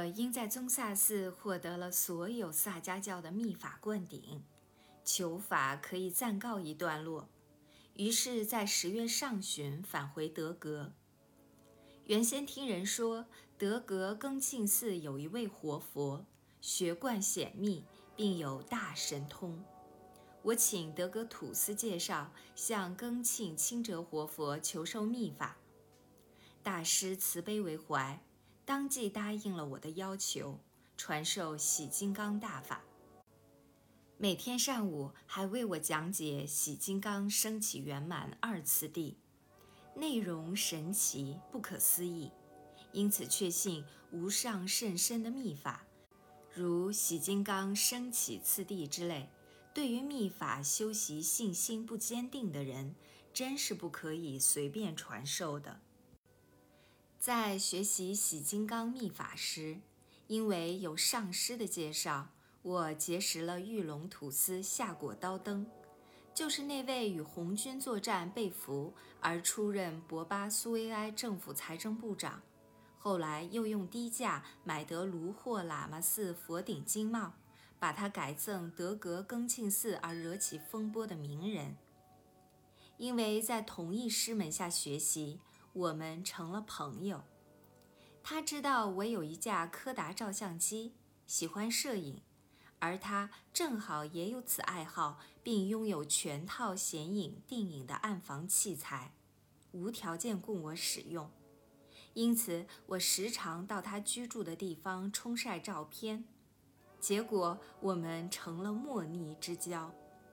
因在宗萨寺获得了所有萨迦教的密法灌顶，求法可以暂告一段落，于是在10月上旬返回德格。原先听人说，德格庚庆寺有一位活佛，学贯显密，并有大神通。我请德格土司介绍，向庚庆清哲活佛求受密法。大师慈悲为怀，当即答应了我的要求，传授喜金刚大法。每天上午还为我讲解喜金刚升起圆满2次第，内容神奇不可思议，因此确信无上甚深的密法，如喜金刚升起次第之类，对于密法修习信心不坚定的人，真是不可以随便传授的。在学习喜金刚密法时，因为有上师的介绍，我结识了玉龙土司夏果刀灯，就是那位与红军作战被俘而出任博巴苏维埃政府财政部长，后来又用低价买得卢霍喇嘛寺佛顶金帽，把它改赠德格庚庆寺而惹起风波的名人。因为在同一师门下学习，我们成了朋友。他知道我有一架柯达照相机，喜欢摄影，而他正好也有此爱好，并拥有全套显影定影的暗房器材，无条件供我使用。因此我时常到他居住的地方冲晒照片，结果我们成了莫逆之交。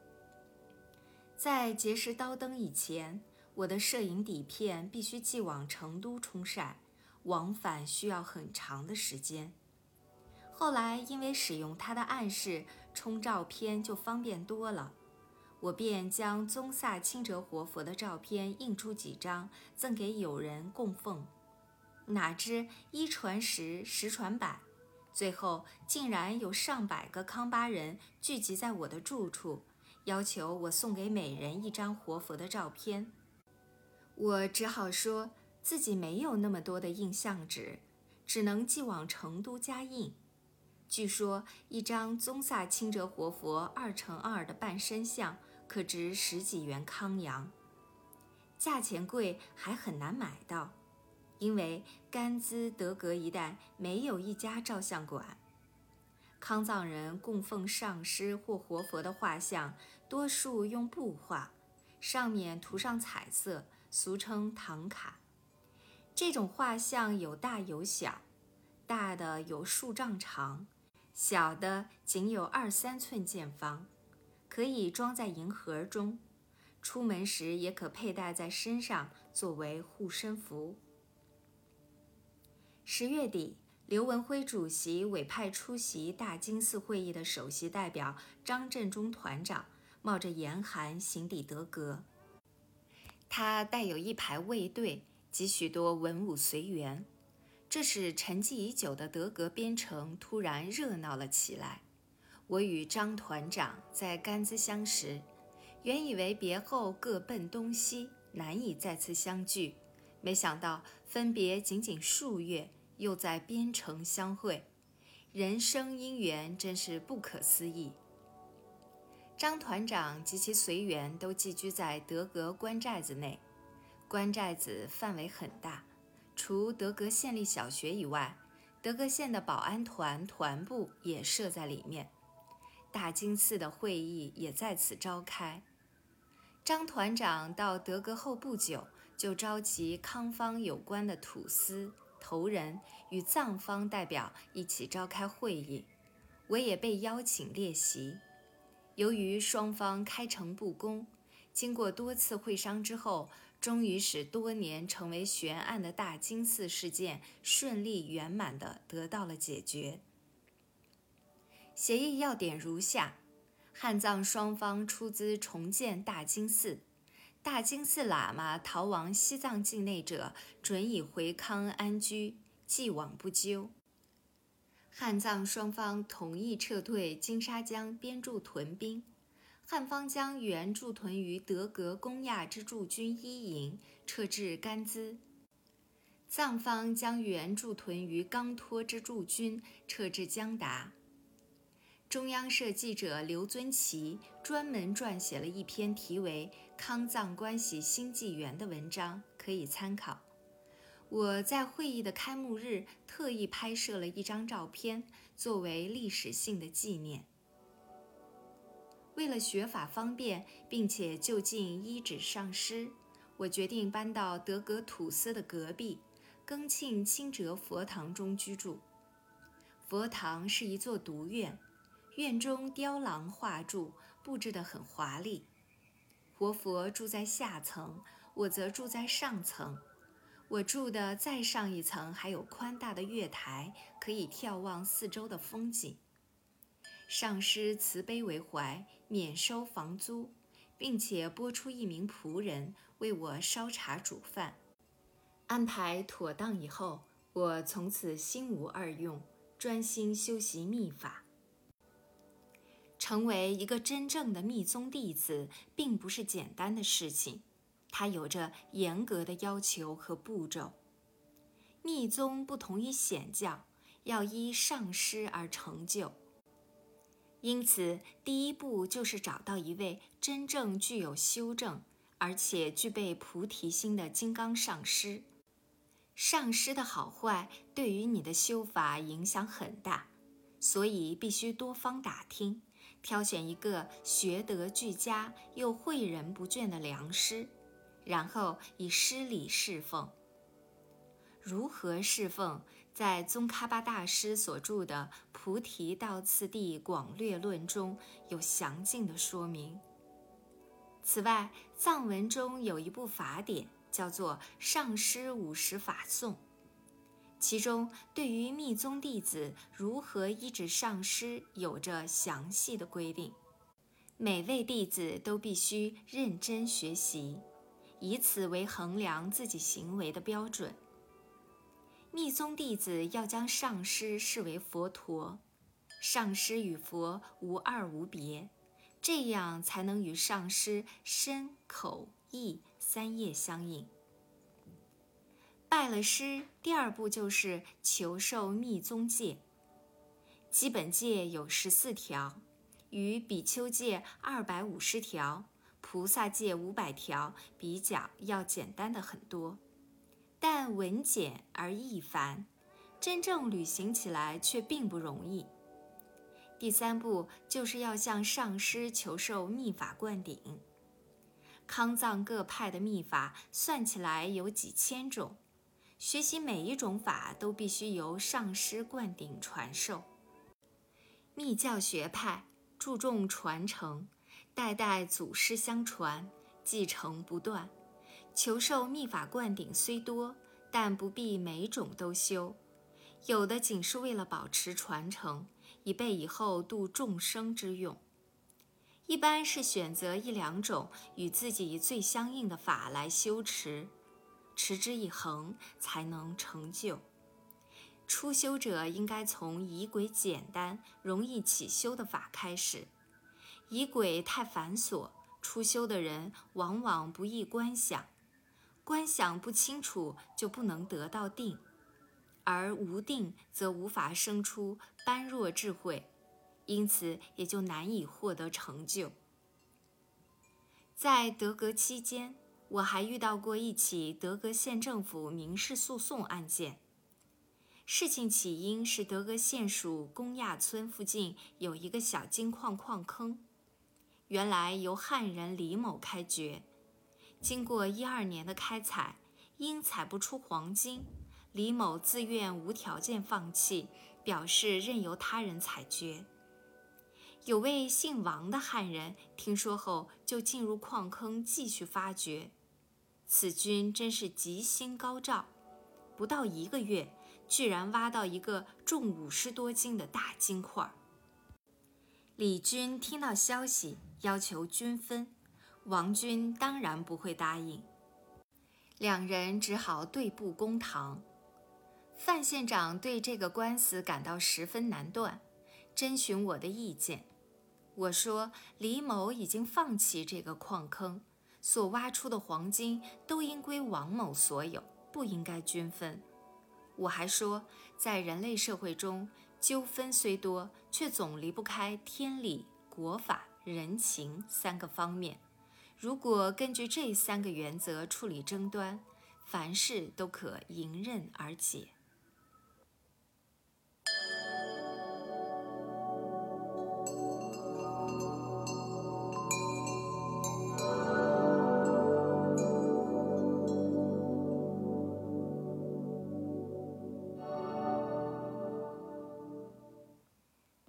在结识刀灯以前，我的摄影底片必须寄往成都冲晒，往返需要很长的时间。后来因为使用他的暗示，冲照片就方便多了，我便将宗萨清哲活佛的照片印出几张，赠给友人供奉。哪知一传十，十传百，最后竟然有上百个康巴人聚集在我的住处，要求我送给每人一张活佛的照片。我只好说自己没有那么多的印相纸，只能寄往成都加印。据说一张宗萨清哲活佛2×2的半身像可值10几元康洋，价钱贵还很难买到，因为甘孜德格一带没有一家照相馆。康藏人供奉上师或活佛的画像，多数用布画，上面涂上彩色，俗称唐卡。这种画像有大有小，大的有数丈长，小的仅有2-3寸见方，可以装在银盒中，出门时也可佩戴在身上作为护身符。10月底，刘文辉主席委派出席大金寺会议的首席代表张振中团长冒着严寒行抵德格，他带有一排卫队及许多文武随员，这使沉寂已久的德格边城突然热闹了起来。我与张团长在甘孜相识，原以为别后各奔东西，难以再次相聚，没想到分别仅仅数月，又在边城相会，人生因缘真是不可思议。张团长及其随员都寄居在德格官寨子内，官寨子范围很大，除德格县立小学以外，德格县的保安团团部也设在里面，大金寺的会议也在此召开。张团长到德格后不久，就召集康方有关的土司、头人与藏方代表一起召开会议，我也被邀请列席。由于双方开诚布公，经过多次会商之后，终于使多年成为悬案的大金寺事件顺利圆满地得到了解决。协议要点如下：汉藏双方出资重建大金寺，大金寺喇嘛逃亡西藏境内者准以回康安居，既往不咎。汉藏双方同意撤退金沙江边驻屯兵，汉方将原驻屯于德格公亚之驻军1营撤至甘孜。 藏方将原驻屯于刚托之驻军撤至江达。中央社记者刘遵其专门撰写了一篇题为《康藏关系新纪元》的文章，可以参考。我在会议的开幕日特意拍摄了一张照片，作为历史性的纪念。为了学法方便，并且就近依止上师，我决定搬到德格土司的隔壁庚庆清哲佛堂中居住。佛堂是一座独院，院中雕廊画柱布置得很华丽。活佛住在下层，我则住在上层。我住的再上一层还有宽大的月台，可以眺望四周的风景。上师慈悲为怀，免收房租，并且拨出一名仆人为我烧茶煮饭。安排妥当以后，我从此心无二用，专心修习密法。成为一个真正的密宗弟子，并不是简单的事情，它有着严格的要求和步骤。密宗不同于显教，要依上师而成就。因此，第一步就是找到一位真正具有修正，而且具备菩提心的金刚上师。上师的好坏对于你的修法影响很大，所以必须多方打听，挑选一个学得俱佳又诲人不倦的良师，然后以师礼侍奉。如何侍奉，在宗喀巴大师所著的《菩提道次第广略论》中有详尽的说明。此外，藏文中有一部法典，叫做《上师50法颂》，其中对于密宗弟子如何依止上师有着详细的规定。每位弟子都必须认真学习，以此为衡量自己行为的标准。密宗弟子要将上师视为佛陀，上师与佛无二无别，这样才能与上师身口意三业相应。拜了师，第二步就是求受密宗戒。基本戒有14条，与比丘戒250条、菩萨戒500条比较要简单的很多，但文简而易繁，真正履行起来却并不容易。第三步就是要向上师求受密法灌顶。康藏各派的密法算起来有几千种，学习每一种法都必须由上师灌顶传授。密教学派注重传承，代代祖师相传，继承不断。求受密法灌顶虽多，但不必每种都修，有的仅是为了保持传承，以备以后度众生之用。一般是选择1、2种与自己最相应的法来修持，持之以恒，才能成就。初修者应该从仪轨简单、容易起修的法开始。仪轨太繁琐，初修的人往往不易观想，观想不清楚就不能得到定，而无定则无法生出般若智慧，因此也就难以获得成就。在德格期间，我还遇到过一起德格县政府民事诉讼案件。事情起因是德格县属公亚村附近有一个小金矿矿坑，原来由汉人李某开掘，经过12年的开采，因采不出黄金，李某自愿无条件放弃，表示任由他人采掘。有位姓王的汉人听说后，就进入矿坑继续发掘。此君真是吉星高照，不到1个月，居然挖到一个重50多斤的大金块。李军听到消息，要求均分，王军当然不会答应，两人只好对簿公堂。范县长对这个官司感到十分难断，征询我的意见。我说，李某已经放弃这个矿坑，所挖出的黄金都应归王某所有，不应该均分。 我还说，在人类社会中，纠纷虽多，却总离不开天理、国法、人情3个方面。如果根据这3个原则处理争端，凡事都可迎刃而解。